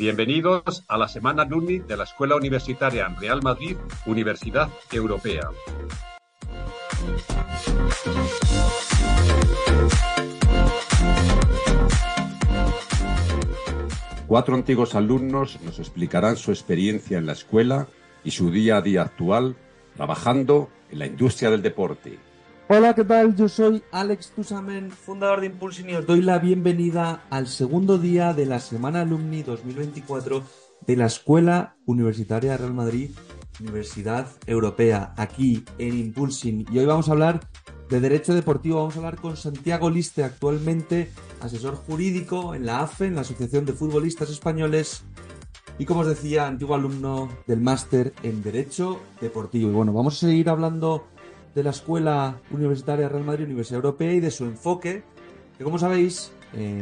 Bienvenidos a la Semana Alumni de la Escuela Universitaria Real Madrid, Universidad Europea. Cuatro antiguos alumnos nos explicarán su experiencia en la escuela y su día a día actual trabajando en la industria del deporte. Hola, ¿qué tal? Yo soy Alex Tusamen, fundador de Impulsing, y os doy la bienvenida al segundo día de la Semana Alumni 2024 de la Escuela Universitaria Real Madrid, Universidad Europea, aquí en Impulsing. Y hoy vamos a hablar de Derecho Deportivo. Vamos a hablar con Santiago Liste, actualmente asesor jurídico en la AFE, en la Asociación de Futbolistas Españoles, y como os decía, antiguo alumno del máster en Derecho Deportivo. Y bueno, vamos a seguir hablando de la Escuela Universitaria Real Madrid, Universidad Europea, y de su enfoque, que como sabéis,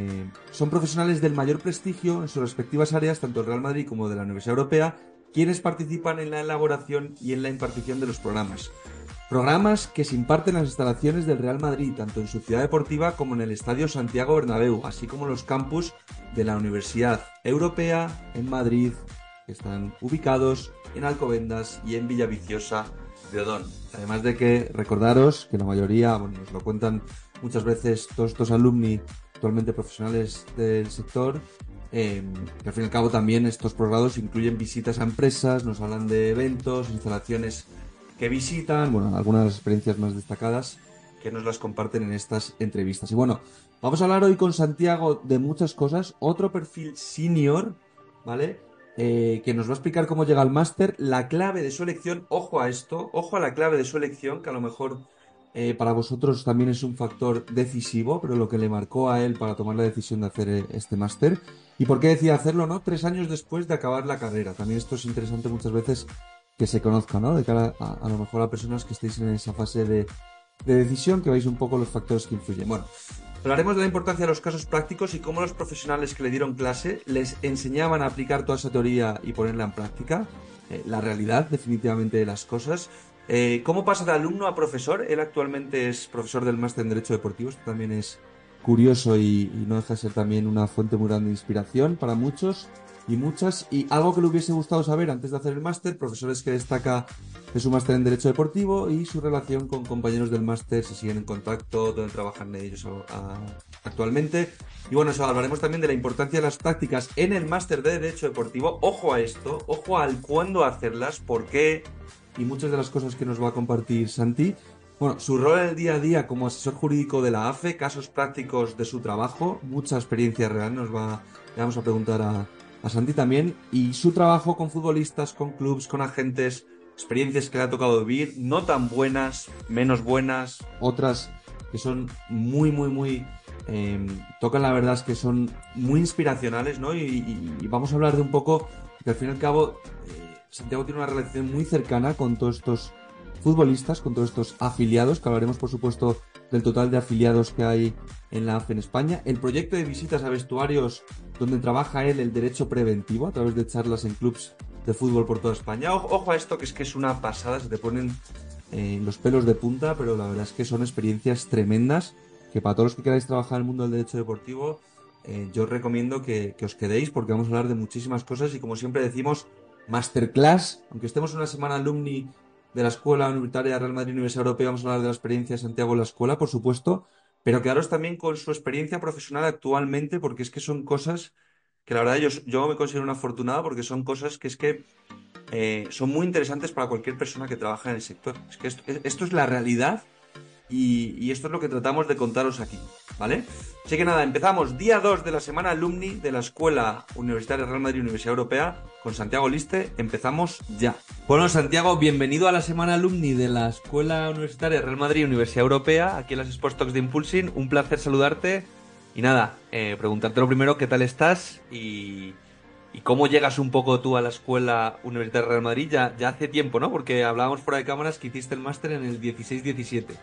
son profesionales del mayor prestigio en sus respectivas áreas, tanto del Real Madrid como de la Universidad Europea, quienes participan en la elaboración y en la impartición de los programas. Programas que se imparten en las instalaciones del Real Madrid, tanto en su ciudad deportiva como en el Estadio Santiago Bernabéu, así como en los campus de la Universidad Europea en Madrid, que están ubicados en Alcobendas y en Villaviciosa de Odón. Además de que recordaros que la mayoría, nos lo cuentan muchas veces todos estos alumni actualmente profesionales del sector, que al fin y al cabo también estos programas incluyen visitas a empresas, nos hablan de eventos, instalaciones que visitan, algunas de las experiencias más destacadas que nos las comparten en estas entrevistas. Y bueno, vamos a hablar hoy con Santiago de muchas cosas, otro perfil senior, ¿vale? Que nos va a explicar cómo llega al máster, la clave de su elección, ojo a esto, ojo a la clave de su elección, que a lo mejor para vosotros también es un factor decisivo, pero lo que le marcó a él para tomar la decisión de hacer este máster, y por qué decide hacerlo, ¿no? 3 años después de acabar la carrera. También esto es interesante muchas veces que se conozca, ¿no? De cara a lo mejor a personas que estéis en esa fase de decisión, que veis un poco los factores que influyen. Bueno, hablaremos de la importancia de los casos prácticos y cómo los profesionales que le dieron clase les enseñaban a aplicar toda esa teoría y ponerla en práctica, la realidad definitivamente de las cosas, cómo pasa de alumno a profesor. Él actualmente es profesor del máster en Derecho Deportivo. Esto también es curioso y no deja de ser también una fuente muy grande de inspiración para muchos y muchas, y algo que le hubiese gustado saber antes de hacer el máster, profesores que destaca de su máster en Derecho Deportivo y su relación con compañeros del máster, si siguen en contacto, dónde trabajan ellos actualmente. Y bueno, eso, hablaremos también de la importancia de las prácticas en el máster de Derecho Deportivo. Ojo a esto, ojo al cuándo hacerlas, por qué, y muchas de las cosas que nos va a compartir Santi. Bueno, su rol en el día a día como asesor jurídico de la AFE, casos prácticos de su trabajo, mucha experiencia real le vamos a preguntar a Santi también, y su trabajo con futbolistas, con clubs, con agentes, experiencias que le ha tocado vivir, no tan buenas, menos buenas, otras que son muy, tocan, la verdad es que son muy inspiracionales, ¿no? Y vamos a hablar de un poco, que al fin y al cabo Santiago tiene una relación muy cercana con todos estos futbolistas, con todos estos afiliados, que hablaremos por supuesto del total de afiliados que hay en la AFE en España, el proyecto de visitas a vestuarios donde trabaja él el derecho preventivo a través de charlas en clubs de fútbol por toda España. Ojo a esto, que es una pasada, se te ponen los pelos de punta, pero la verdad es que son experiencias tremendas que para todos los que queráis trabajar en el mundo del derecho deportivo, yo os recomiendo que os quedéis, porque vamos a hablar de muchísimas cosas y, como siempre decimos, masterclass. Aunque estemos en una semana alumni de la Escuela Universitaria Real Madrid, Universidad Europea, vamos a hablar de la experiencia de Santiago en la escuela, por supuesto, pero quedaros también con su experiencia profesional actualmente, porque es que son cosas que la verdad yo me considero una afortunada, porque son cosas que son muy interesantes para cualquier persona que trabaja en el sector. Es que esto es la realidad, y esto es lo que tratamos de contaros aquí, ¿vale? Así que nada, empezamos día 2 de la semana alumni de la Escuela Universitaria Real Madrid, Universidad Europea, con Santiago Liste. Empezamos ya. Bueno, Santiago, bienvenido a la semana alumni de la Escuela Universitaria Real Madrid, Universidad Europea, aquí en las Sports Talks de Impulsing. Un placer saludarte. Y nada, preguntarte lo primero, ¿qué tal estás? Y cómo llegas un poco tú a la Escuela Universitaria Real Madrid. Ya hace tiempo, ¿no? Porque hablábamos fuera de cámaras que hiciste el máster en el 16-17.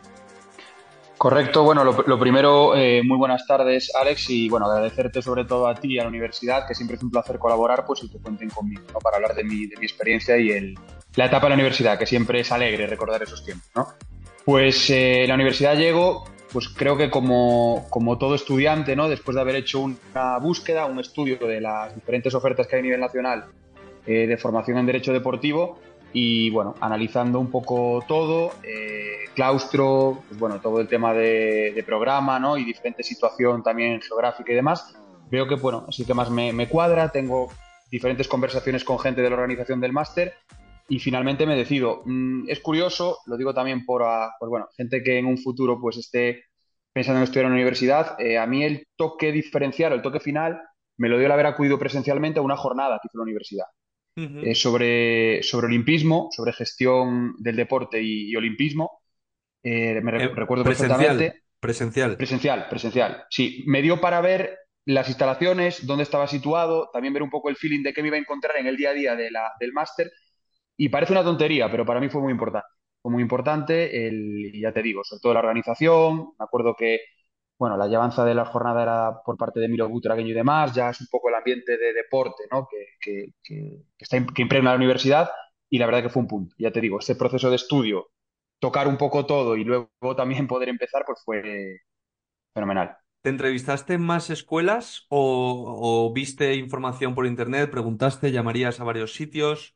Correcto, bueno, lo primero, muy buenas tardes, Alex, y bueno, agradecerte sobre todo a ti y a la universidad, que siempre es un placer colaborar, pues, y que cuenten conmigo, ¿no? Para hablar de mi experiencia y la etapa de la universidad, que siempre es alegre recordar esos tiempos, ¿no? Pues la universidad llego pues creo que como todo estudiante, ¿no? Después de haber hecho una búsqueda, un estudio de las diferentes ofertas que hay a nivel nacional de formación en Derecho Deportivo y, bueno, analizando un poco todo, claustro, pues bueno, todo el tema de programa, ¿no? Y diferente situación también geográfica y demás, veo que, bueno, es el que más me cuadra, tengo diferentes conversaciones con gente de la organización del máster y finalmente me decido. Es curioso, lo digo también pues bueno, gente que en un futuro pues esté pensando en estudiar en la universidad, a mí el toque diferencial, el toque final, me lo dio el haber acudido presencialmente a una jornada que hizo la universidad Ujú. sobre olimpismo, sobre gestión del deporte y olimpismo. Recuerdo Presencial, perfectamente. presencial. Presencial, presencial. Sí, me dio para ver las instalaciones, dónde estaba situado, también ver un poco el feeling de qué me iba a encontrar en el día a día del máster. Y parece una tontería, pero para mí fue muy importante. Fue muy importante, y ya te digo, sobre todo la organización. Me acuerdo que, bueno, la llevanza de la jornada era por parte de Miro Butragueño y demás. Ya es un poco el ambiente de deporte, ¿no? Que impregna la universidad. Y la verdad que fue un punto. Ya te digo, este proceso de estudio, tocar un poco todo y luego también poder empezar, pues fue fenomenal. ¿Te entrevistaste en más escuelas o viste información por internet? ¿Preguntaste? ¿Llamarías a varios sitios?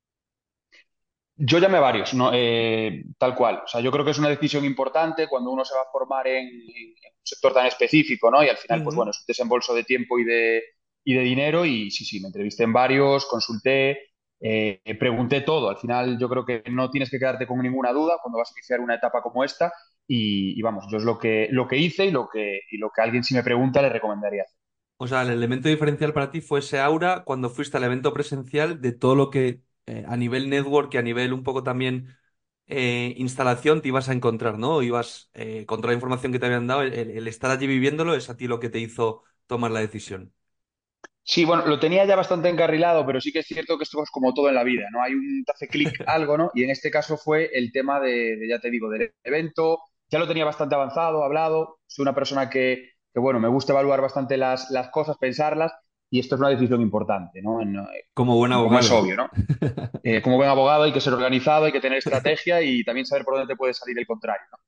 Yo llamé a varios, ¿no? Tal cual. O sea, yo creo que es una decisión importante cuando uno se va a formar en un sector tan específico, ¿no? Y al final, pues Ujú. bueno, es un desembolso de tiempo y de dinero. Y sí, sí, me entrevisté en varios, consulté, pregunté todo. Al final, yo creo que no tienes que quedarte con ninguna duda cuando vas a iniciar una etapa como esta. Y vamos, yo es lo que hice y lo que alguien si me pregunta le recomendaría hacer. O sea, el elemento diferencial para ti fue ese aura cuando fuiste al evento presencial de todo lo que a nivel network y a nivel un poco también instalación te ibas a encontrar, ¿no? Ibas con toda la información que te habían dado, el estar allí viviéndolo es a ti lo que te hizo tomar la decisión. Sí, bueno, lo tenía ya bastante encarrilado, pero sí que es cierto que esto es como todo en la vida, ¿no? Te hace clic algo, ¿no? Y en este caso fue el tema ya te digo, del evento. Ya lo tenía bastante avanzado, hablado. Soy una persona bueno, me gusta evaluar bastante las cosas, pensarlas, y esto es una decisión importante, ¿no? Como buen Como es abogado. obvio, ¿no? Como buen abogado hay que ser organizado, hay que tener estrategia y también saber por dónde te puede salir el contrario, ¿no?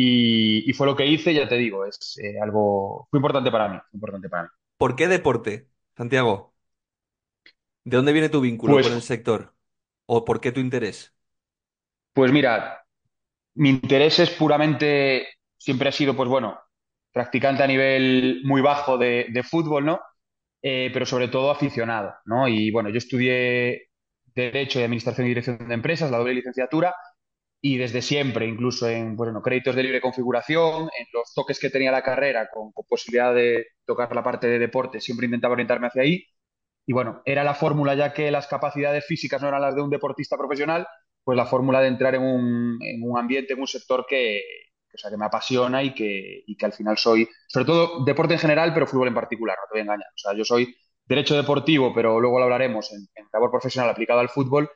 Y fue lo que hice, ya te digo, es algo, fue importante para mí, fue importante para mí. ¿Por qué deporte, Santiago? ¿De dónde viene tu vínculo con el Pues, sector? ¿O por qué tu interés? pues mira, mi interés es puramente, siempre ha sido, pues bueno, practicante a nivel muy bajo de fútbol, ¿no? Pero sobre todo aficionado, ¿no? Y bueno, yo estudié Derecho y Administración y Dirección de Empresas, la doble licenciatura, y desde siempre, incluso en bueno, créditos de libre configuración, en los toques que tenía la carrera con posibilidad de tocar la parte de deporte, siempre intentaba orientarme hacia ahí. Y bueno, era la fórmula, ya que las capacidades físicas no eran las de un deportista profesional, pues la fórmula de entrar en un ambiente, en un sector o sea, que me apasiona y que al final soy, sobre todo deporte en general, pero fútbol en particular, no te voy a engañar. O sea, yo soy derecho deportivo, pero luego lo hablaremos en labor profesional aplicado al fútbol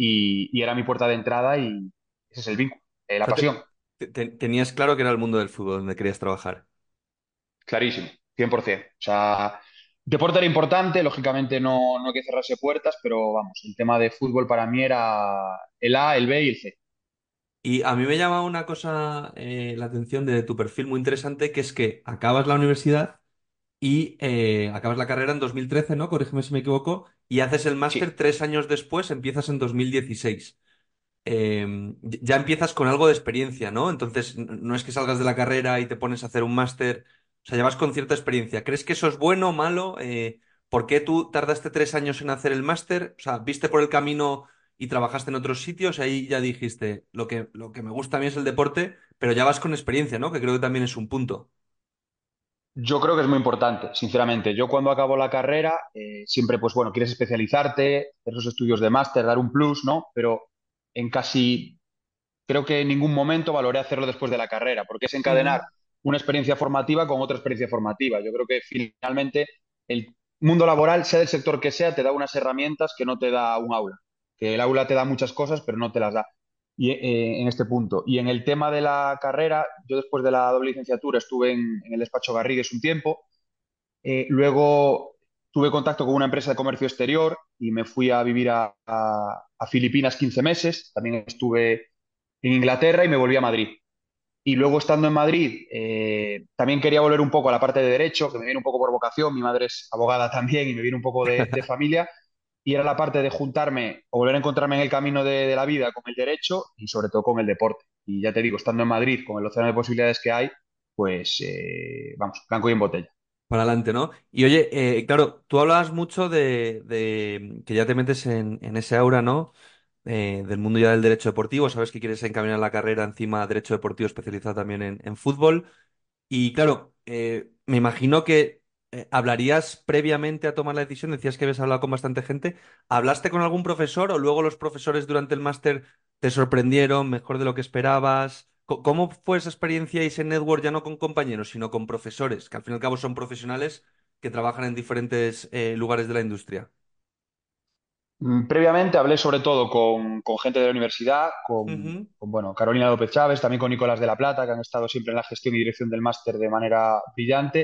y era mi puerta de entrada y ese es el vínculo, O la sea, pasión, tenías claro que era el mundo del fútbol donde querías trabajar. clarísimo, 100%. O sea, deporte era importante, lógicamente no hay que cerrarse puertas, pero vamos, el tema de fútbol para mí era el A, el B y el C. Y a mí me llama una cosa la atención de tu perfil muy interesante, que es que acabas la universidad y acabas la carrera en 2013, ¿no? Corrígeme si me equivoco, y haces el máster Sí, 3 años después, empiezas en 2016. Ya empiezas con algo de experiencia, ¿no? Entonces, no es que salgas de la carrera y te pones a hacer un máster, o sea, ya vas con cierta experiencia. ¿Crees que eso es bueno o malo? ¿Por qué tú tardaste 3 años en hacer el máster? O sea, ¿viste por el camino y trabajaste en otros sitios? Ahí ya dijiste, lo que me gusta a mí es el deporte, pero ya vas con experiencia, ¿no? Que creo que también es un punto. yo creo que es muy importante, sinceramente. Yo cuando acabo la carrera, siempre, pues bueno, quieres especializarte, hacer esos estudios de máster, dar un plus, ¿no? Pero en casi, creo que en ningún momento valoré hacerlo después de la carrera, porque es encadenar Ujú. una experiencia formativa con otra experiencia formativa. Yo creo que finalmente el mundo laboral, sea del sector que sea, te da unas herramientas que no te da un aula. Que el aula te da muchas cosas, pero no te las da. Y en este punto. Y en el tema de la carrera, yo después de la doble licenciatura estuve en el despacho Garrigues un tiempo. Luego tuve contacto con una empresa de comercio exterior y me fui a vivir a Filipinas 15 meses. También estuve en Inglaterra y me volví a Madrid. Y luego estando en Madrid, también quería volver un poco a la parte de derecho, que me viene un poco por vocación, mi madre es abogada también y me viene un poco de familia, y era la parte de juntarme o volver a encontrarme en el camino de la vida con el derecho y sobre todo con el deporte. Y ya te digo, estando en Madrid, con el océano de posibilidades que hay, pues vamos, blanco y en botella. Para adelante, ¿no? Y oye, claro, tú hablabas mucho que ya te metes en ese aura, ¿no? Del mundo ya del derecho deportivo, sabes que quieres encaminar la carrera encima derecho deportivo especializado también en fútbol. Y claro, me imagino que hablarías previamente a tomar la decisión, decías que habías hablado con bastante gente. ¿Hablaste con algún profesor o luego los profesores durante el máster te sorprendieron mejor de lo que esperabas? ¿Cómo fue esa experiencia y ese network ya no con compañeros, sino con profesores, que al fin y al cabo son profesionales que trabajan en diferentes lugares de la industria? Previamente hablé sobre todo con gente de la universidad, Ujú. bueno, Carolina López Chávez, también con Nicolás de la Plata, que han estado siempre en la gestión y dirección del máster de manera brillante.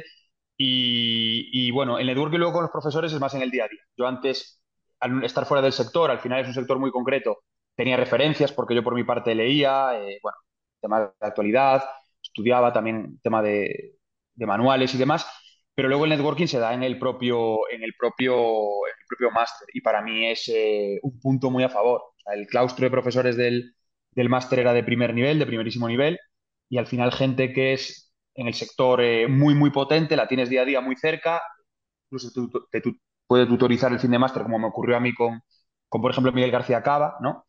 Y bueno, el networking luego con los profesores es más en el día a día. Yo antes, al estar fuera del sector, al final es un sector muy concreto, tenía referencias porque yo por mi parte leía, bueno, temas de actualidad, estudiaba también tema de manuales y demás, pero luego el networking se da en el propio máster y para mí es un punto muy a favor. O sea, el claustro de profesores del máster era de primer nivel, de primerísimo nivel, y al final gente que es en el sector muy, muy potente, la tienes día a día muy cerca, incluso puede tutorizar el fin de máster, como me ocurrió a mí con, por ejemplo, Miguel García Cava, ¿no?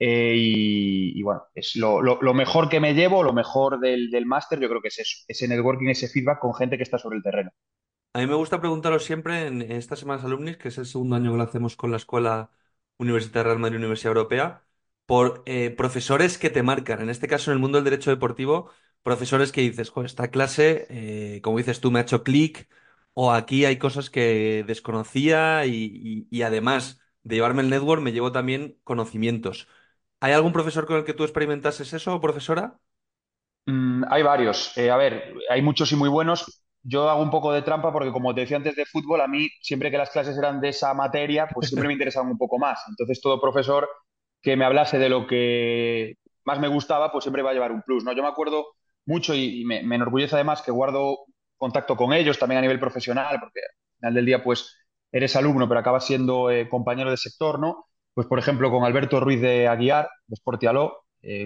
Y bueno, es lo mejor que me llevo, lo mejor del máster, yo creo que es eso, ese networking, ese feedback con gente que está sobre el terreno. A mí me gusta preguntaros siempre en estas semanas alumnis, que es el segundo año que lo hacemos con la Escuela Universitaria Real Madrid Universidad Europea, por profesores que te marcan. En este caso, en el mundo del derecho deportivo, profesores que dices, "Jo, esta clase, como dices tú, me ha hecho clic, o aquí hay cosas que desconocía y además de llevarme el network, me llevo también conocimientos. ¿Hay algún profesor con el que tú experimentases eso, o profesora? Hay varios. A ver, hay muchos y muy buenos. Yo hago un poco de trampa porque, como te decía antes de fútbol, a mí, siempre que las clases eran de esa materia, pues siempre me interesaban un poco más. Entonces, todo profesor que me hablase de lo que más me gustaba, pues siempre va a llevar un plus, ¿no? Yo me acuerdo mucho y me enorgullece además que guardo contacto con ellos también a nivel profesional, porque al final del día, pues eres alumno, pero acabas siendo compañero de sector, ¿no? Pues, por ejemplo, con Alberto Ruiz de Aguiar, de Sportialó,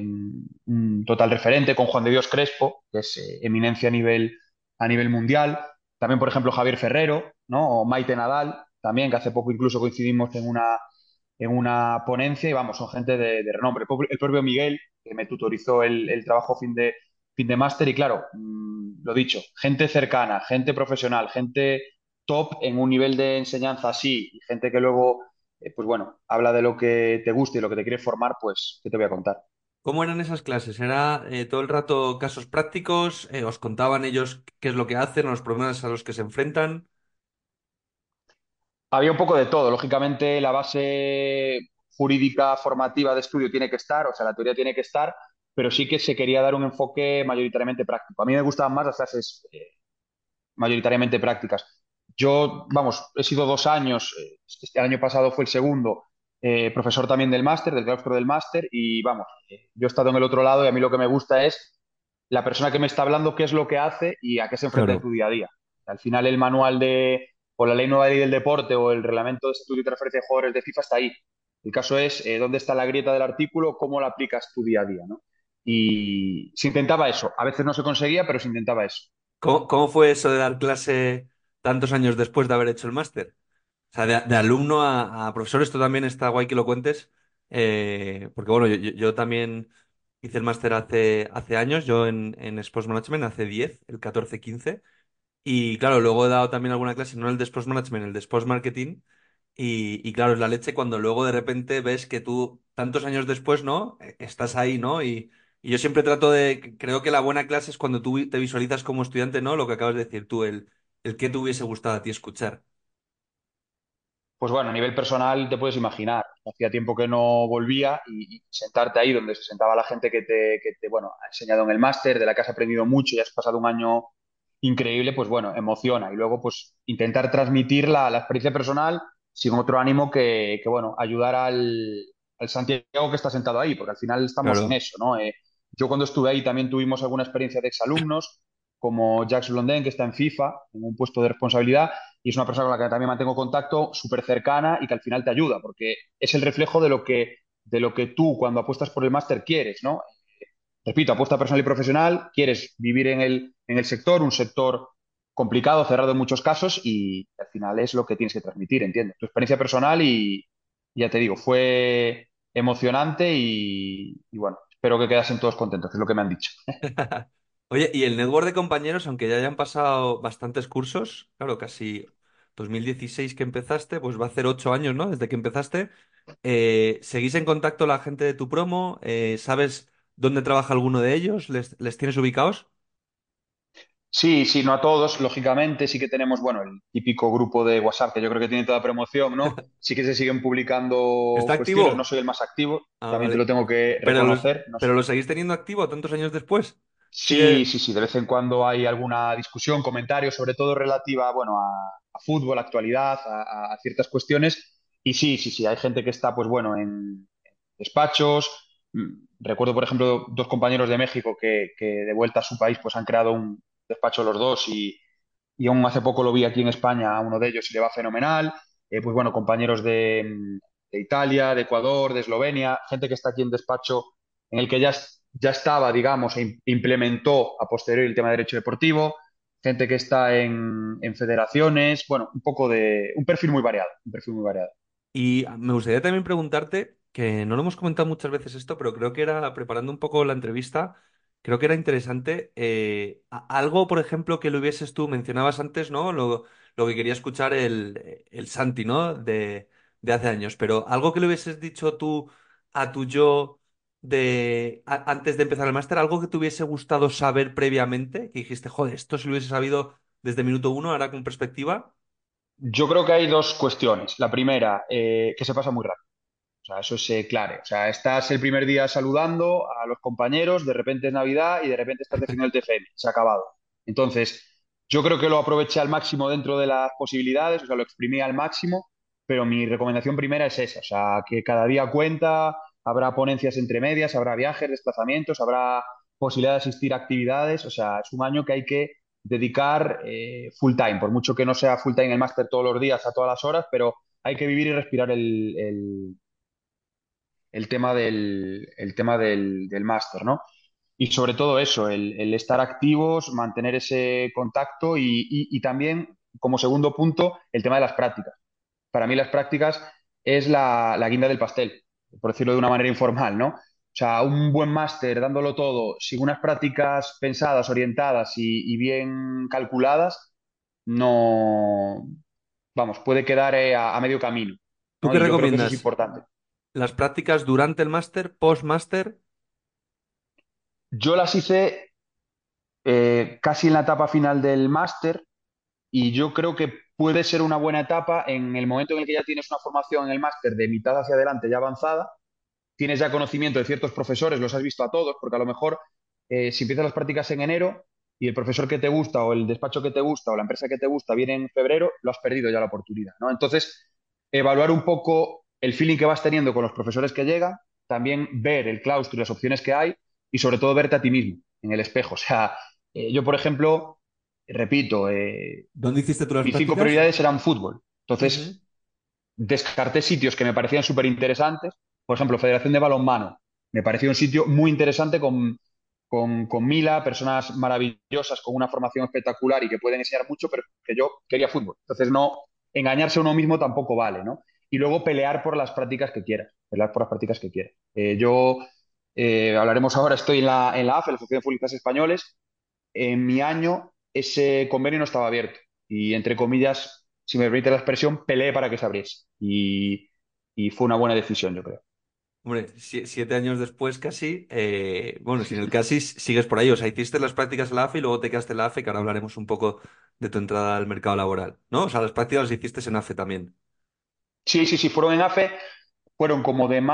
un total referente, con Juan de Dios Crespo, que es eminencia a nivel mundial. También, por ejemplo, Javier Ferrero, ¿no? O Maite Nadal, también, que hace poco incluso coincidimos en una ponencia y vamos, son gente de renombre. El propio Miguel, que me tutorizó el trabajo fin de máster y claro, lo dicho, gente cercana, gente profesional, gente top en un nivel de enseñanza así y gente que luego, pues bueno, habla de lo que te gusta y lo que te quiere formar, pues, ¿qué te voy a contar? ¿Cómo eran esas clases? ¿Era todo el rato casos prácticos? ¿Os contaban ellos qué es lo que hacen, los problemas a los que se enfrentan? Había un poco de todo. Lógicamente, la base jurídica formativa de estudio tiene que estar, o sea, la teoría tiene que estar, pero sí que se quería dar un enfoque mayoritariamente práctico. A mí me gustaban más las clases mayoritariamente prácticas. Yo, vamos, he sido 2 años, este año pasado fue el segundo, profesor también del máster, del claustro del máster, y vamos, yo he estado en el otro lado y a mí lo que me gusta es la persona que me está hablando, qué es lo que hace y a qué se enfrenta en Claro. tu día a día. Al final el manual o la ley nueva ley del deporte o el reglamento de estatuto y transferencia de jugadores de FIFA está ahí. El caso es dónde está la grieta del artículo, cómo lo aplicas tu día a día, ¿no? Y se intentaba eso. A veces no se conseguía, pero se intentaba eso. ¿Cómo fue eso de dar clase tantos años después de haber hecho el máster? O sea, de alumno a profesor, esto también está guay que lo cuentes, porque bueno, yo también hice el máster hace años, yo en Sports Management hace 10, el 14-15. Y claro, luego he dado también alguna clase, no el de Sports Management, el de Sports Marketing. Y claro, es la leche cuando luego de repente ves que tú, tantos años después, ¿no? Estás ahí, ¿no? Y yo siempre trato creo que la buena clase es cuando tú te visualizas como estudiante, ¿no? Lo que acabas de decir tú, el que te hubiese gustado a ti escuchar. Pues bueno, a nivel personal te puedes imaginar. Hacía tiempo que no volvía y sentarte ahí donde se sentaba la gente que te, bueno, ha enseñado en el máster, de la que has aprendido mucho y has pasado un año increíble, pues bueno, emociona. Y luego, pues intentar transmitir la experiencia personal sin otro ánimo que bueno, ayudar al Santiago que está sentado ahí, porque al final estamos en Claro. eso, ¿no? Yo cuando estuve ahí también tuvimos alguna experiencia de exalumnos, como Jacques Blondin, que está en FIFA, en un puesto de responsabilidad, y es una persona con la que también mantengo contacto súper cercana y que al final te ayuda, porque es el reflejo de lo que tú cuando apuestas por el máster quieres, ¿no? Repito, apuesta personal y profesional, quieres vivir en el sector, un sector complicado, cerrado en muchos casos, y al final es lo que tienes que transmitir, ¿entiendes? Tu experiencia personal y ya te digo, fue emocionante y bueno, espero que quedasen todos contentos, que es lo que me han dicho. Oye, y el network de compañeros, aunque ya hayan pasado bastantes cursos, claro, casi 2016 que empezaste, pues va a hacer 8 años, ¿no? Desde que empezaste. ¿Seguís en contacto la gente de tu promo? ¿Sabes dónde trabaja alguno de ellos? ¿Les tienes ubicados? Sí, sí, no a todos, lógicamente, sí que tenemos, bueno, el típico grupo de WhatsApp que yo creo que tiene toda promoción, ¿no? Sí que se siguen publicando ¿Está cuestiones, no activo? soy el más activo, Ah, también te lo vale. tengo que Pero, reconocer, no sé. pero lo seguís teniendo activo tantos años después. Sí, Sigue. sí, sí, de vez en cuando hay alguna discusión, comentario, sobre todo relativa, bueno, a fútbol, actualidad, a ciertas cuestiones. Y sí, sí, sí, hay gente que está, pues bueno, en despachos. Recuerdo, por ejemplo, dos compañeros de México que de vuelta a su país, pues han creado un despacho los dos y aún hace poco lo vi aquí en España a uno de ellos y le va fenomenal. Pues bueno, compañeros de Italia, de Ecuador, de Eslovenia, gente que está aquí en despacho en el que ya estaba, digamos, implementó a posteriori el tema de derecho deportivo, gente que está en federaciones, bueno, un perfil muy variado, un perfil muy variado. Y me gustaría también preguntarte, que no lo hemos comentado muchas veces esto, pero creo que era, preparando un poco la entrevista, creo que era interesante. Algo, por ejemplo, que lo hubieses tú, mencionabas antes, ¿no? Lo que quería escuchar el Santi, ¿no? De hace años, pero algo que le hubieses dicho tú a tu yo antes de empezar el máster, algo que te hubiese gustado saber previamente, que dijiste, joder, esto si lo hubiese sabido desde minuto uno, ahora con perspectiva. Yo creo que hay dos cuestiones. La primera, que se pasa muy rápido. O sea, eso es claro. O sea, estás el primer día saludando a los compañeros, de repente es Navidad y de repente estás definiendo el TFM. Se ha acabado. Entonces, yo creo que lo aproveché al máximo dentro de las posibilidades, o sea, lo exprimí al máximo, pero mi recomendación primera es esa. O sea, que cada día cuenta, habrá ponencias entre medias, habrá viajes, desplazamientos, habrá posibilidad de asistir a actividades. O sea, es un año que hay que dedicar full time, por mucho que no sea full time el máster todos los días, a todas las horas, pero hay que vivir y respirar el tema del máster, ¿no? Y sobre todo eso, el estar activos, mantener ese contacto y también, como segundo punto, el tema de las prácticas. Para mí las prácticas es la guinda del pastel, por decirlo de una manera informal, ¿no? O sea, un buen máster dándolo todo, sin unas prácticas pensadas, orientadas y bien calculadas, no, vamos, puede quedar a medio camino, ¿Tú ¿no? qué Y yo creo que eso es recomiendas? importante. ¿Las prácticas durante el máster, post-máster? Yo las hice casi en la etapa final del máster y yo creo que puede ser una buena etapa en el momento en el que ya tienes una formación en el máster de mitad hacia adelante ya avanzada, tienes ya conocimiento de ciertos profesores, los has visto a todos, porque a lo mejor si empiezas las prácticas en enero y el profesor que te gusta o el despacho que te gusta o la empresa que te gusta viene en febrero, lo has perdido ya la oportunidad, ¿no? Entonces, evaluar un poco el feeling que vas teniendo con los profesores que llegan, también ver el claustro y las opciones que hay y sobre todo verte a ti mismo en el espejo. O sea, yo, por ejemplo, repito, ¿Dónde hiciste tú las mis cinco prácticas? prioridades eran fútbol. Ujú. Entonces, descarté sitios que me parecían súper interesantes. Por ejemplo, Federación de Balonmano. Me pareció un sitio muy interesante con Mila, personas maravillosas, con una formación espectacular y que pueden enseñar mucho, pero que yo quería fútbol. Entonces, no engañarse a uno mismo tampoco vale, ¿no? Y luego pelear por las prácticas que quieras, pelear por las prácticas que quieras. Hablaremos ahora, estoy en la AFE, la Asociación de Futbolistas Españoles. En mi año ese convenio no estaba abierto y, entre comillas, si me permite la expresión, peleé para que se abriese. Y fue una buena decisión, yo creo. Hombre, 7 años después casi, bueno, sin el casi sigues por ahí, o sea, hiciste las prácticas en la AFE y luego te quedaste en la AFE, que ahora hablaremos un poco de tu entrada al mercado laboral, ¿no? O sea, las prácticas las hiciste en AFE también. Sí, sí, sí, fueron en AFE, fueron como de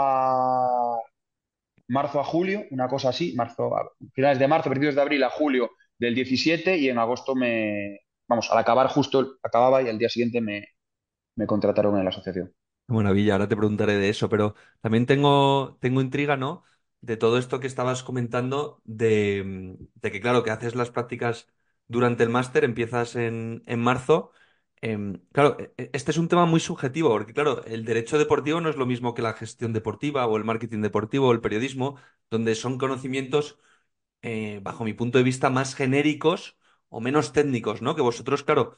marzo a julio, una cosa así, finales de marzo, principios de abril a julio del 17 y en agosto vamos, al acabar justo, acababa y al día siguiente me contrataron en la asociación. Qué maravilla, ahora te preguntaré de eso, pero también tengo intriga, ¿no? de todo esto que estabas comentando, de que, claro, que haces las prácticas durante el máster, empiezas en marzo. Claro, este es un tema muy subjetivo, porque, claro, el derecho deportivo no es lo mismo que la gestión deportiva o el marketing deportivo o el periodismo, donde son conocimientos, bajo mi punto de vista, más genéricos o menos técnicos, ¿no? Que vosotros, claro,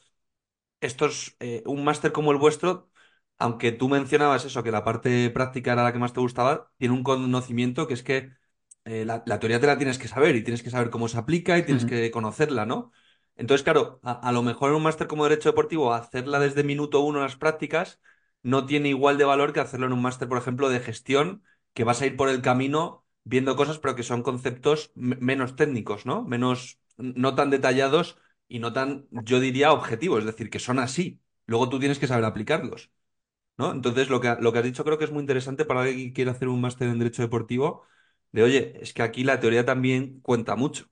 un máster como el vuestro, aunque tú mencionabas eso, que la parte práctica era la que más te gustaba, tiene un conocimiento que es que la teoría te la tienes que saber y tienes que saber cómo se aplica y tienes Ujú. que conocerla, ¿no? Entonces, claro, a lo mejor en un máster como Derecho Deportivo, hacerla desde minuto uno las prácticas no tiene igual de valor que hacerlo en un máster, por ejemplo, de gestión, que vas a ir por el camino viendo cosas, pero que son conceptos menos técnicos, ¿no? Menos, no tan detallados y no tan, yo diría, objetivos, es decir, que son así. Luego tú tienes que saber aplicarlos, ¿no? Entonces, lo que has dicho creo que es muy interesante para alguien que quiere hacer un máster en Derecho Deportivo, de oye, es que aquí la teoría también cuenta mucho.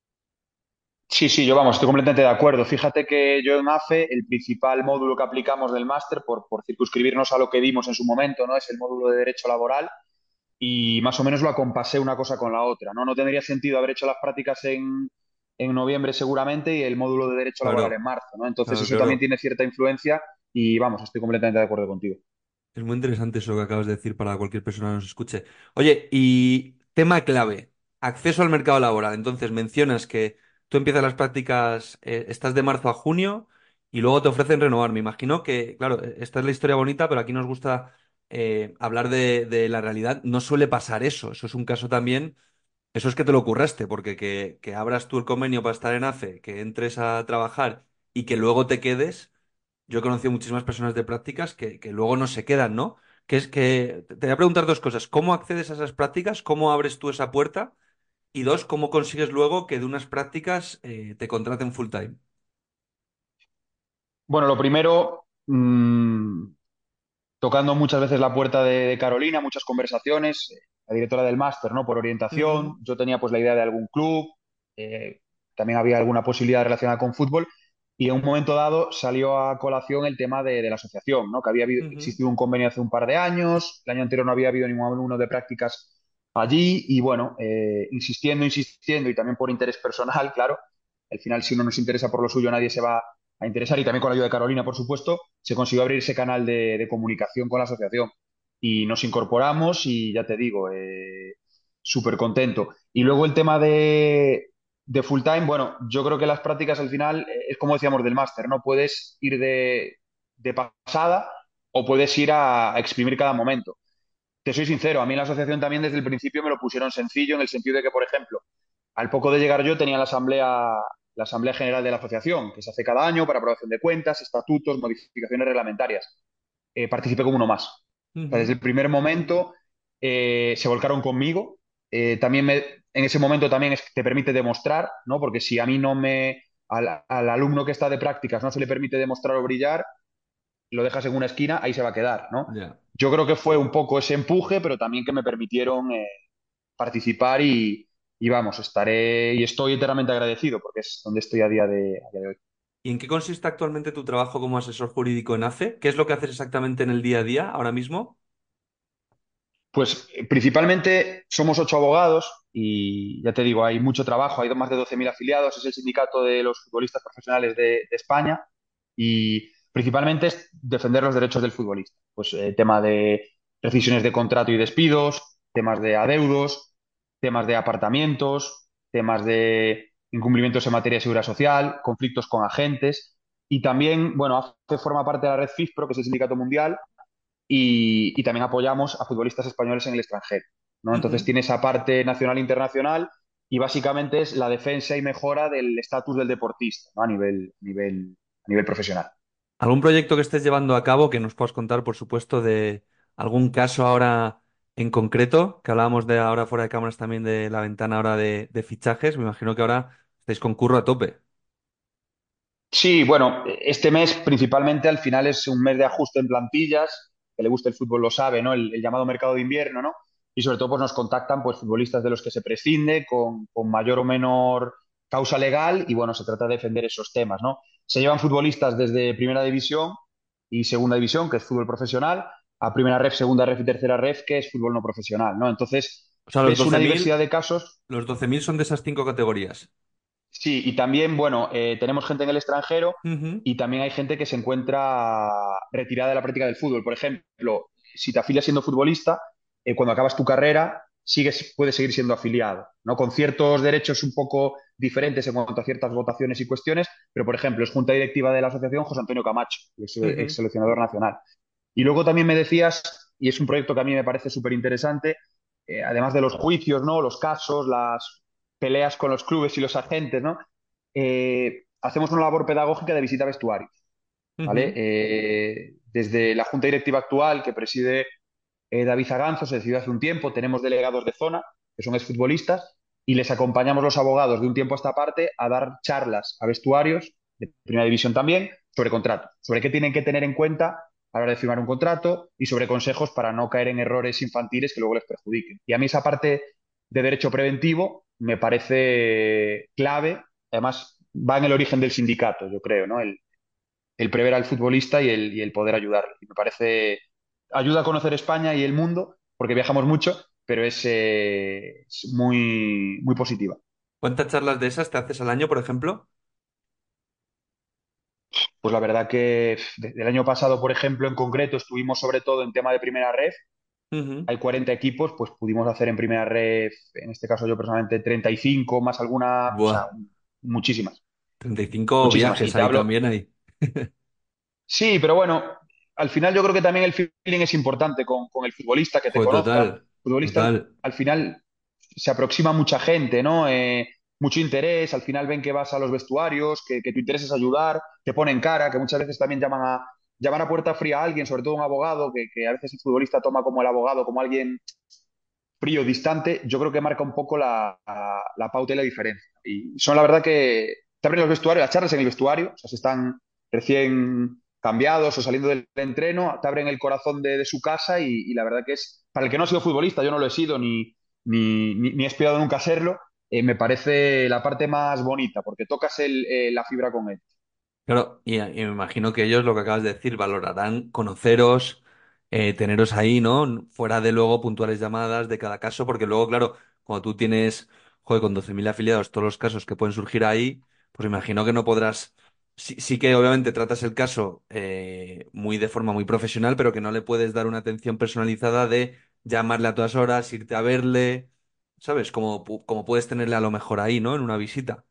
Sí, sí, yo vamos, estoy completamente de acuerdo. Fíjate que yo en AFE, el principal módulo que aplicamos del máster, por circunscribirnos a lo que dimos en su momento, ¿no? Es el módulo de Derecho Laboral y más o menos lo acompasé una cosa con la otra, ¿no? No tendría sentido haber hecho las prácticas en noviembre seguramente y el módulo de Derecho Laboral en Claro, marzo, ¿no? Entonces claro, eso también claro. tiene cierta influencia y vamos, estoy completamente de acuerdo contigo. Es muy interesante eso que acabas de decir para cualquier persona que nos escuche. Oye, y tema clave, acceso al mercado laboral. Entonces, mencionas que tú empiezas las prácticas, estás de marzo a junio y luego te ofrecen renovar. Me imagino que, claro, esta es la historia bonita, pero aquí nos gusta hablar de la realidad. No suele pasar eso. Eso es un caso también, eso es que te lo curraste, porque que abras tú el convenio para estar en AFE, que entres a trabajar y que luego te quedes. Yo he conocido muchísimas personas de prácticas que luego no se quedan, ¿no? Que es que te voy a preguntar dos cosas. ¿Cómo accedes a esas prácticas? ¿Cómo abres tú esa puerta? Y dos, ¿cómo consigues luego que de unas prácticas te contraten full time? Bueno, lo primero, tocando muchas veces la puerta de Carolina, muchas conversaciones, la directora del máster, ¿no? Por Ujú, orientación, yo tenía pues la idea de algún club, eh, también había alguna posibilidad relacionada con fútbol, y en un momento dado salió a colación el tema de la asociación, ¿no? Que ujú. existido un convenio hace un par de años, el año anterior no había habido ninguno de prácticas allí, y bueno, insistiendo, y también por interés personal, claro, al final si uno no se interesa por lo suyo nadie se va a interesar, y también con la ayuda de Carolina, por supuesto, se consiguió abrir ese canal de comunicación con la asociación y nos incorporamos y ya te digo, súper contento. Y luego el tema de full time, bueno, yo creo que las prácticas al final es como decíamos del máster, ¿no? Puedes ir de pasada o puedes ir a exprimir cada momento. Te soy sincero, a mí en la asociación también desde el principio me lo pusieron sencillo en el sentido de que, por ejemplo, al poco de llegar yo tenía la asamblea general de la asociación, que se hace cada año para aprobación de cuentas, estatutos, modificaciones reglamentarias. Participé como uno más. O sea, desde Ujú. el primer momento se volcaron conmigo. En ese momento también te permite demostrar, ¿no? Porque si a mí no me, al alumno que está de prácticas no se le permite demostrar o brillar, lo dejas en una esquina, ahí se va a quedar, ¿no? Ya. Yo creo que fue un poco ese empuje, pero también que me permitieron participar y vamos, estaré y estoy eternamente agradecido porque es donde estoy a día de hoy. ¿Y en qué consiste actualmente tu trabajo como asesor jurídico en AFE? ¿Qué es lo que haces exactamente en el día a día ahora mismo? Pues principalmente somos 8 abogados y ya te digo, hay mucho trabajo, hay más de 12.000 afiliados, es el sindicato de los futbolistas profesionales de España y principalmente es defender los derechos del futbolista. Pues tema de rescisiones de contrato y despidos, temas de adeudos, temas de apartamentos, temas de incumplimientos en materia de seguridad social, conflictos con agentes y también, bueno, AFE forma parte de la red FIFPRO, que es el sindicato mundial y también apoyamos a futbolistas españoles en el extranjero, ¿no? Entonces Ujú. tiene esa parte nacional e internacional y básicamente es la defensa y mejora del estatus del deportista, ¿no? A nivel profesional. ¿Algún proyecto que estés llevando a cabo que nos puedas contar, por supuesto, de algún caso ahora en concreto? Que hablábamos de ahora fuera de cámaras también de la ventana ahora de fichajes. Me imagino que ahora estáis con curro a tope. Sí, bueno, este mes principalmente al final es un mes de ajuste en plantillas, que le gusta el fútbol lo sabe, ¿no? El llamado mercado de invierno, ¿no? Y sobre todo pues nos contactan pues futbolistas de los que se prescinde con mayor o menor causa legal y bueno, se trata de defender esos temas, ¿no? Se llevan futbolistas desde primera división y segunda división, que es fútbol profesional, a primera ref, segunda ref y tercera ref, que es fútbol no profesional, ¿no? Entonces, O sea, ves una diversidad de casos. los 12.000 son de esas 5 categorías. Sí, y también, bueno, tenemos gente en el extranjero Ujú, y también hay gente que se encuentra retirada de la práctica del fútbol. Por ejemplo, si te afilias siendo futbolista, cuando acabas tu carrera, puedes seguir siendo afiliado, ¿no? Con ciertos derechos un poco diferentes en cuanto a ciertas votaciones y cuestiones, pero, por ejemplo, es junta directiva de la asociación José Antonio Camacho, ex ujú. seleccionador nacional. Y luego también me decías, y es un proyecto que a mí me parece súper interesante, además de los juicios, ¿no? Los casos, las peleas con los clubes y los agentes, ¿no? Hacemos una labor pedagógica de visita a vestuarios, ¿vale? Ujú. Desde la junta directiva actual que preside David Zaganzo, se decidió hace un tiempo, tenemos delegados de zona, que son exfutbolistas, y les acompañamos los abogados de un tiempo a esta parte a dar charlas a vestuarios, de primera división también, sobre contrato, sobre qué tienen que tener en cuenta a la hora de firmar un contrato y sobre consejos para no caer en errores infantiles que luego les perjudiquen. Y a mí esa parte de derecho preventivo me parece clave, además va en el origen del sindicato, yo creo, ¿no? El prever al futbolista y el poder ayudarle. Y me parece, ayuda a conocer España y el mundo, porque viajamos mucho, pero es muy, muy positiva. ¿Cuántas charlas de esas te haces al año, por ejemplo? Pues la verdad que desde el año pasado, por ejemplo, en concreto, estuvimos sobre todo en tema de primera red. Ujú. Hay 40 equipos, pues pudimos hacer en primera red, en este caso yo personalmente, 35 más alguna, o sea, Buah, muchísimas, 35 muchísimas. Y viajes te ahí hablo, también ahí. sí, pero bueno, al final yo creo que también el feeling es importante con el futbolista, que te Joder, conozca. total, El futbolista total. al final se aproxima a mucha gente, ¿no? Mucho interés, al final ven que vas a los vestuarios, que tu interés es ayudar, te ponen cara, que muchas veces también llaman a puerta fría a alguien, sobre todo un abogado, que a veces el futbolista toma como el abogado, como alguien frío, distante, yo creo que marca un poco la pauta y la diferencia. Y son la verdad que te abren los vestuarios, las charlas en el vestuario, o sea, si están recién cambiados o saliendo del entreno, te abren el corazón de su casa y la verdad que es, para el que no ha sido futbolista, yo no lo he sido ni he aspirado nunca a serlo, me parece la parte más bonita, porque tocas la fibra con él. Claro, y me imagino que ellos, lo que acabas de decir, valorarán conoceros, teneros ahí, ¿no? Fuera de luego puntuales llamadas de cada caso, porque luego, claro, cuando tú tienes, joder, con 12.000 afiliados, todos los casos que pueden surgir ahí, pues imagino que no podrás. Sí, sí que obviamente tratas el caso muy de forma muy profesional, pero que no le puedes dar una atención personalizada de llamarle a todas horas, irte a verle, ¿sabes? Como puedes tenerle a lo mejor ahí, ¿no? En una visita.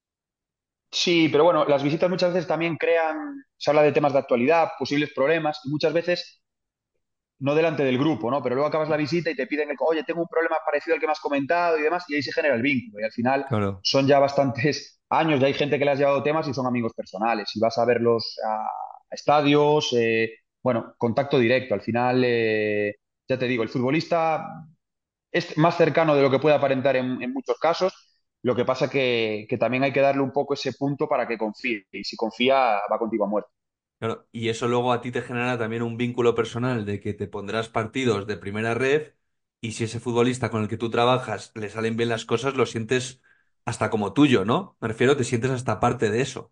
Sí, pero bueno, las visitas muchas veces también crean, se habla de temas de actualidad, posibles problemas, y muchas veces no delante del grupo, ¿no? Pero luego acabas la visita y te piden, oye, tengo un problema parecido al que me has comentado y demás, y ahí se genera el vínculo. Y al final Claro. son ya bastantes años, ya hay gente que le has llevado temas y son amigos personales. Y vas a verlos a estadios, bueno, contacto directo. Al final, ya te digo, el futbolista es más cercano de lo que puede aparentar en muchos casos. Lo que pasa que también hay que darle un poco ese punto para que confíe. Y si confía, va contigo a muerte. Claro, y eso luego a ti te genera también un vínculo personal de que te pondrás partidos de primera red y si ese futbolista con el que tú trabajas le salen bien las cosas, lo sientes hasta como tuyo, ¿no? Me refiero, te sientes hasta parte de eso.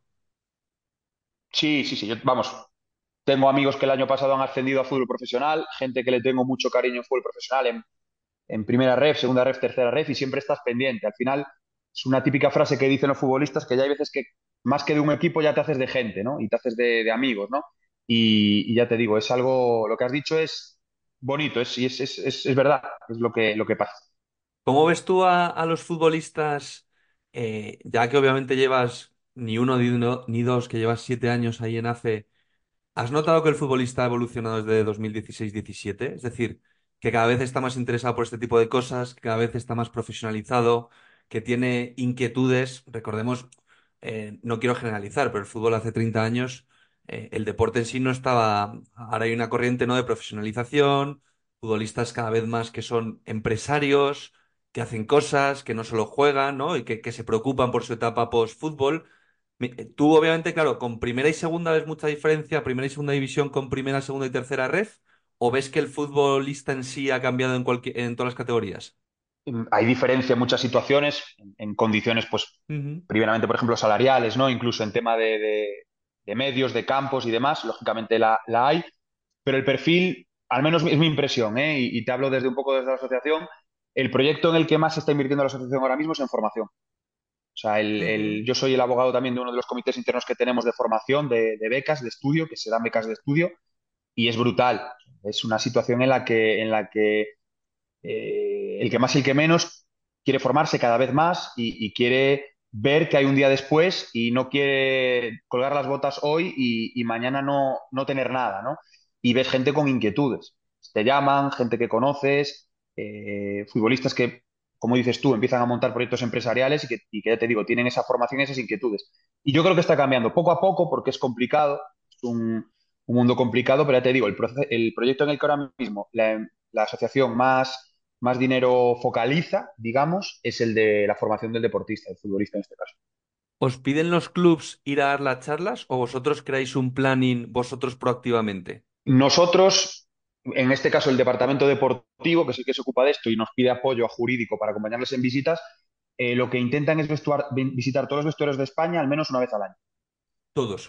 Sí, sí, sí. Vamos, tengo amigos que el año pasado han ascendido a fútbol profesional, gente que le tengo mucho cariño en fútbol profesional, en primera ref, segunda ref, tercera ref, y siempre estás pendiente. Al final es una típica frase que dicen los futbolistas que ya hay veces que más que de un equipo ya te haces de gente, ¿no? Y te haces de amigos, ¿no? Y ya te digo, es algo, lo que has dicho es bonito, es verdad, es lo que pasa. ¿Cómo ves tú a los futbolistas, ya que obviamente llevas ni uno ni dos, que llevas 7 años ahí en AFE? ¿Has notado que el futbolista ha evolucionado desde 2016-17? Es decir, que cada vez está más interesado por este tipo de cosas, que cada vez está más profesionalizado, que tiene inquietudes. Recordemos, no quiero generalizar, pero el fútbol hace 30 años, el deporte en sí no estaba. Ahora hay una corriente, ¿no?, de profesionalización, futbolistas cada vez más que son empresarios, que hacen cosas, que no solo juegan, ¿no? Y que se preocupan por su etapa post-fútbol. Tú, obviamente, claro, con primera y segunda ves mucha diferencia, primera y segunda división con primera, segunda y tercera ref, ¿o ves que el futbolista en sí ha cambiado en todas las categorías? Hay diferencia en muchas situaciones, en condiciones, pues, Ujú. primeramente, por ejemplo, salariales, ¿no? Incluso en tema de medios, de campos y demás, lógicamente la hay, pero el perfil, al menos es mi impresión, ¿eh? Y te hablo desde un poco desde la asociación, el proyecto en el que más se está invirtiendo la asociación ahora mismo es en formación. O sea, Ujú. yo soy el abogado también de uno de los comités internos que tenemos de formación, de becas de estudio, que se dan becas de estudio, y es brutal. Es una situación en la que el que más y el que menos quiere formarse cada vez más y quiere ver que hay un día después y no quiere colgar las botas hoy y mañana no tener nada, ¿no? Y ves gente con inquietudes. Te llaman, gente que conoces, futbolistas que, como dices tú, empiezan a montar proyectos empresariales y que ya te digo, tienen esa formación y esas inquietudes. Y yo creo que está cambiando poco a poco porque es complicado, es un mundo complicado, pero ya te digo, el proyecto en el que ahora mismo la asociación más dinero focaliza, digamos, es el de la formación del deportista, del futbolista en este caso. ¿Os piden los clubs ir a dar las charlas o vosotros creáis un planning vosotros proactivamente? Nosotros, en este caso el departamento deportivo, que es el que se ocupa de esto y nos pide apoyo a jurídico para acompañarles en visitas, lo que intentan es visitar todos los vestuarios de España al menos una vez al año. Todos.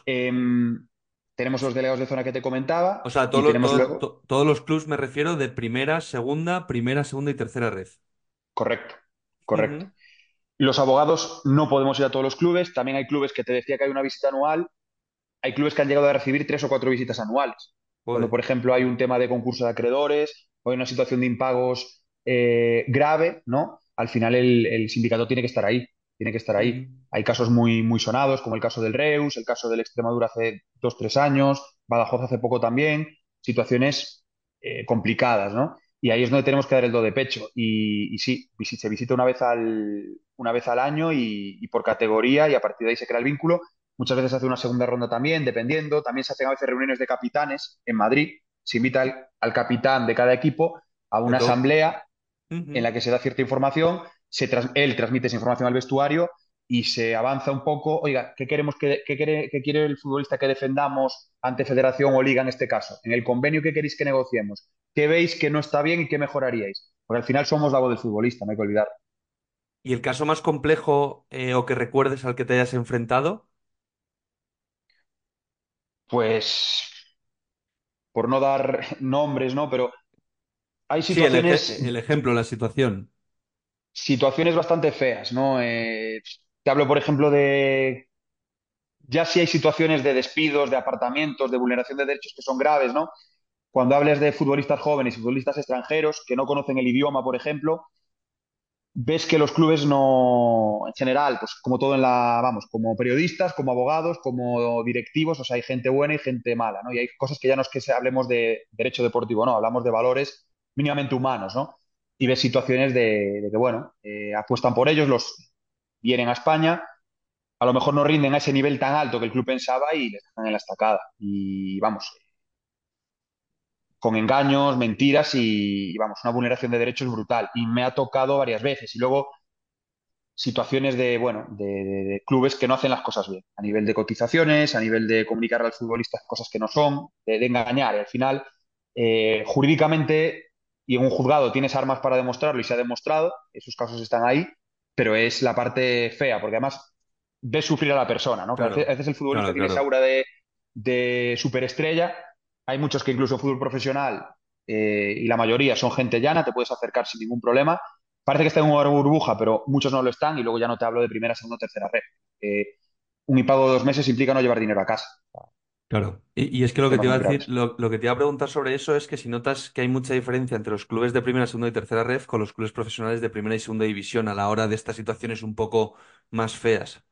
Tenemos los delegados de zona que te comentaba O sea, y tenemos luego, todos los clubs me refiero de primera, segunda y tercera red. correcto, correcto. Ujú. Los abogados no podemos ir a todos los clubes, también hay clubes que te decía que hay una visita anual. Hay clubes que han llegado a recibir 3 o 4 visitas anuales. Cuando, Joder. por ejemplo, hay un tema de concurso de acreedores o hay una situación de impagos grave, ¿no? Al final el sindicato tiene que estar ahí, tiene que estar ahí. Ujú. Hay casos muy, muy sonados, como el caso del Reus, el caso del Extremadura hace 2, 3 años, Badajoz hace poco también, situaciones complicadas, ¿no? Y ahí es donde tenemos que dar el do de pecho. Y sí, se visita una vez al año y por categoría y a partir de ahí se crea el vínculo. Muchas veces se hace una segunda ronda también, dependiendo. También se hacen a veces reuniones de capitanes en Madrid. Se invita al capitán de cada equipo a De una todo. asamblea en Ujú. la que se da cierta información, él transmite esa información al vestuario y se avanza un poco. Oiga, ¿qué queremos qué quiere el futbolista que defendamos ante federación o liga en este caso? En el convenio, ¿qué queréis que negociemos? ¿Qué veis que no está bien y qué mejoraríais? Porque al final somos la voz del futbolista, no hay que olvidar. ¿Y el caso más complejo o que recuerdes al que te hayas enfrentado? Pues, por no dar nombres, ¿no? Pero hay Sí, situaciones el ejemplo, la situación. situaciones bastante feas, ¿no? Te hablo, por ejemplo, ya si hay situaciones de despidos, de apartamentos, de vulneración de derechos que son graves, ¿no? Cuando hables de futbolistas jóvenes y futbolistas extranjeros que no conocen el idioma, por ejemplo, ves que los clubes no, en general, pues como todo vamos, como periodistas, como abogados, como directivos, o sea, hay gente buena y gente mala, ¿no? Y hay cosas que ya no es que hablemos de derecho deportivo, no, hablamos de valores mínimamente humanos, ¿no? Y ves situaciones de que, bueno, apuestan por ellos, los vienen a España, a lo mejor no rinden a ese nivel tan alto que el club pensaba y les dejan en la estacada. Y vamos, con engaños, mentiras vamos, una vulneración de derechos brutal. Y me ha tocado varias veces. Y luego situaciones bueno, de clubes que no hacen las cosas bien, a nivel de cotizaciones, a nivel de comunicar al futbolista cosas que no son, de engañar. Y al final, jurídicamente y en un juzgado tienes armas para demostrarlo y se ha demostrado, esos casos están ahí, pero es la parte fea, porque además ves sufrir a la persona, ¿no? Que Claro, a veces el futbolista claro, tiene esa claro. aura de superestrella. Hay muchos que incluso fútbol profesional y la mayoría son gente llana, te puedes acercar sin ningún problema. Parece que está en una burbuja, pero muchos no lo están y luego ya no te hablo de primera, segunda, tercera red. Eh, un impago de 2 meses implica no llevar dinero a casa. Claro. Y es que lo que te Temas iba a muy decir, graves. lo que te iba a preguntar sobre eso es que si notas que hay mucha diferencia entre los clubes de primera, segunda y tercera red con los clubes profesionales de primera y segunda división a la hora de estas situaciones un poco más feas.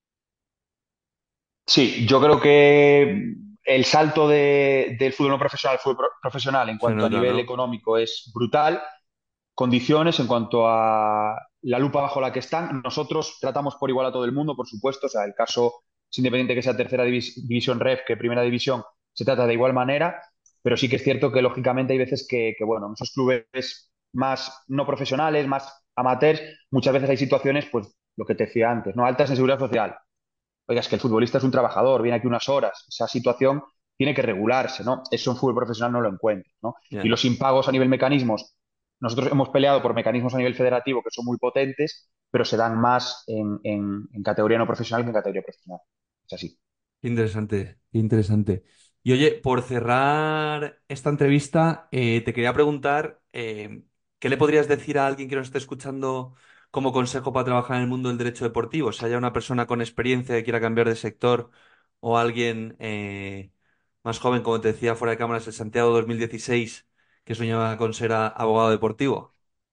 Sí, yo creo que el salto del fútbol no profesional al fútbol profesional en Se cuanto a nota, nivel ¿no? económico es brutal. Condiciones en cuanto a la lupa bajo la que están. Nosotros tratamos por igual a todo el mundo, por supuesto. O sea, el caso es independiente que sea tercera división ref que primera división, se trata de igual manera. Pero sí que es cierto que lógicamente hay veces bueno, en esos clubes más no profesionales, más amateurs, muchas veces hay situaciones, pues lo que te decía antes, ¿no? Altas en seguridad social. Oiga, es que el futbolista es un trabajador, viene aquí unas horas. Esa situación tiene que regularse, ¿no? Eso en fútbol profesional no lo encuentro, ¿no? Y Ya. los impagos a nivel mecanismos, nosotros hemos peleado por mecanismos a nivel federativo que son muy potentes, pero se dan más en categoría no profesional que en categoría profesional. Es así. Qué interesante, qué interesante. Y oye, por cerrar esta entrevista, te quería preguntar, ¿Qué le podrías decir a alguien que nos esté escuchando como consejo para trabajar en el mundo del derecho deportivo? Si haya una persona con experiencia que quiera cambiar de sector o alguien más joven, como te decía fuera de cámaras, el Santiago 2016, que soñaba con ser abogado deportivo.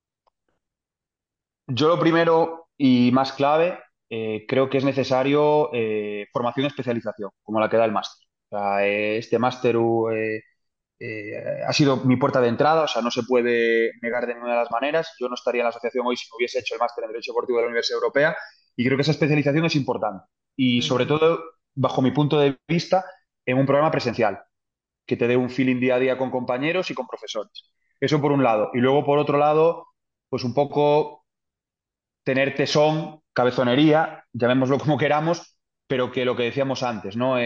Yo lo primero y más clave, creo que es necesario formación y especialización, como la que da el máster. O sea, este máster ha sido mi puerta de entrada, o sea, no se puede negar de ninguna de las maneras. Yo no estaría en la asociación hoy si no hubiese hecho el máster en Derecho Deportivo de la Universidad Europea y creo que esa especialización es importante. Y sobre Ujú. todo, bajo mi punto de vista, en un programa presencial, que te dé un feeling día a día con compañeros y con profesores. Eso por un lado. Y luego, por otro lado, pues un poco tener tesón, cabezonería, llamémoslo como queramos, pero que lo que decíamos antes, ¿no?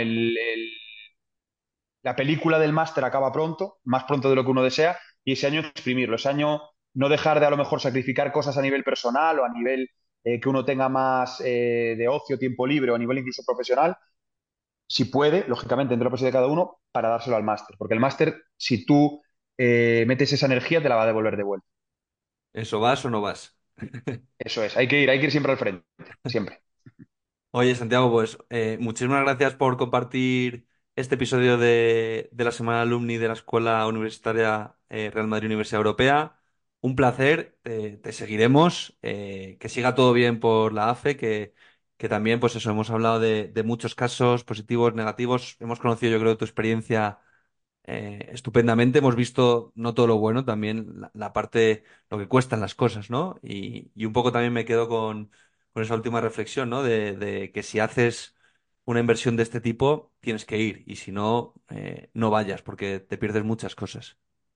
La película del máster acaba pronto, más pronto de lo que uno desea, y ese año exprimirlo, ese año no dejar de a lo mejor sacrificar cosas a nivel personal o a nivel que uno tenga más de ocio, tiempo libre o a nivel incluso profesional, si puede, lógicamente, dentro de la posibilidad de cada uno, para dárselo al máster. Porque el máster, si tú metes esa energía, te la va a devolver de vuelta. ¿Eso vas o no vas? Eso es, hay que ir siempre al frente, siempre. Oye, Santiago, pues muchísimas gracias por compartir este episodio de la Semana Alumni de la Escuela Universitaria Real Madrid Universidad Europea. Un placer, te seguiremos, que siga todo bien por la AFE, que también, pues eso, hemos hablado de muchos casos positivos, negativos. Hemos conocido, yo creo, tu experiencia estupendamente. Hemos visto no todo lo bueno, también la parte, lo que cuestan las cosas, ¿no? Y un poco también me quedo con esa última reflexión, ¿no? De que si haces una inversión de este tipo, tienes que ir y si no, no vayas porque te pierdes muchas cosas.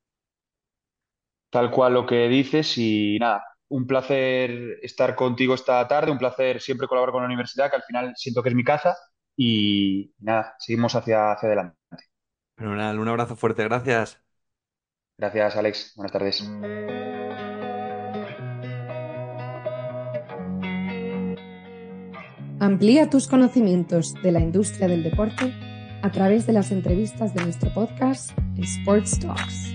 Tal cual lo que dices y nada, un placer estar contigo esta tarde, un placer siempre colaborar con la universidad, que al final siento que es mi casa y nada, seguimos hacia adelante. Fenomenal, un abrazo fuerte, gracias. Gracias, Alex. Buenas tardes. Amplía tus conocimientos de la industria del deporte a través de las entrevistas de nuestro podcast Sports Talks.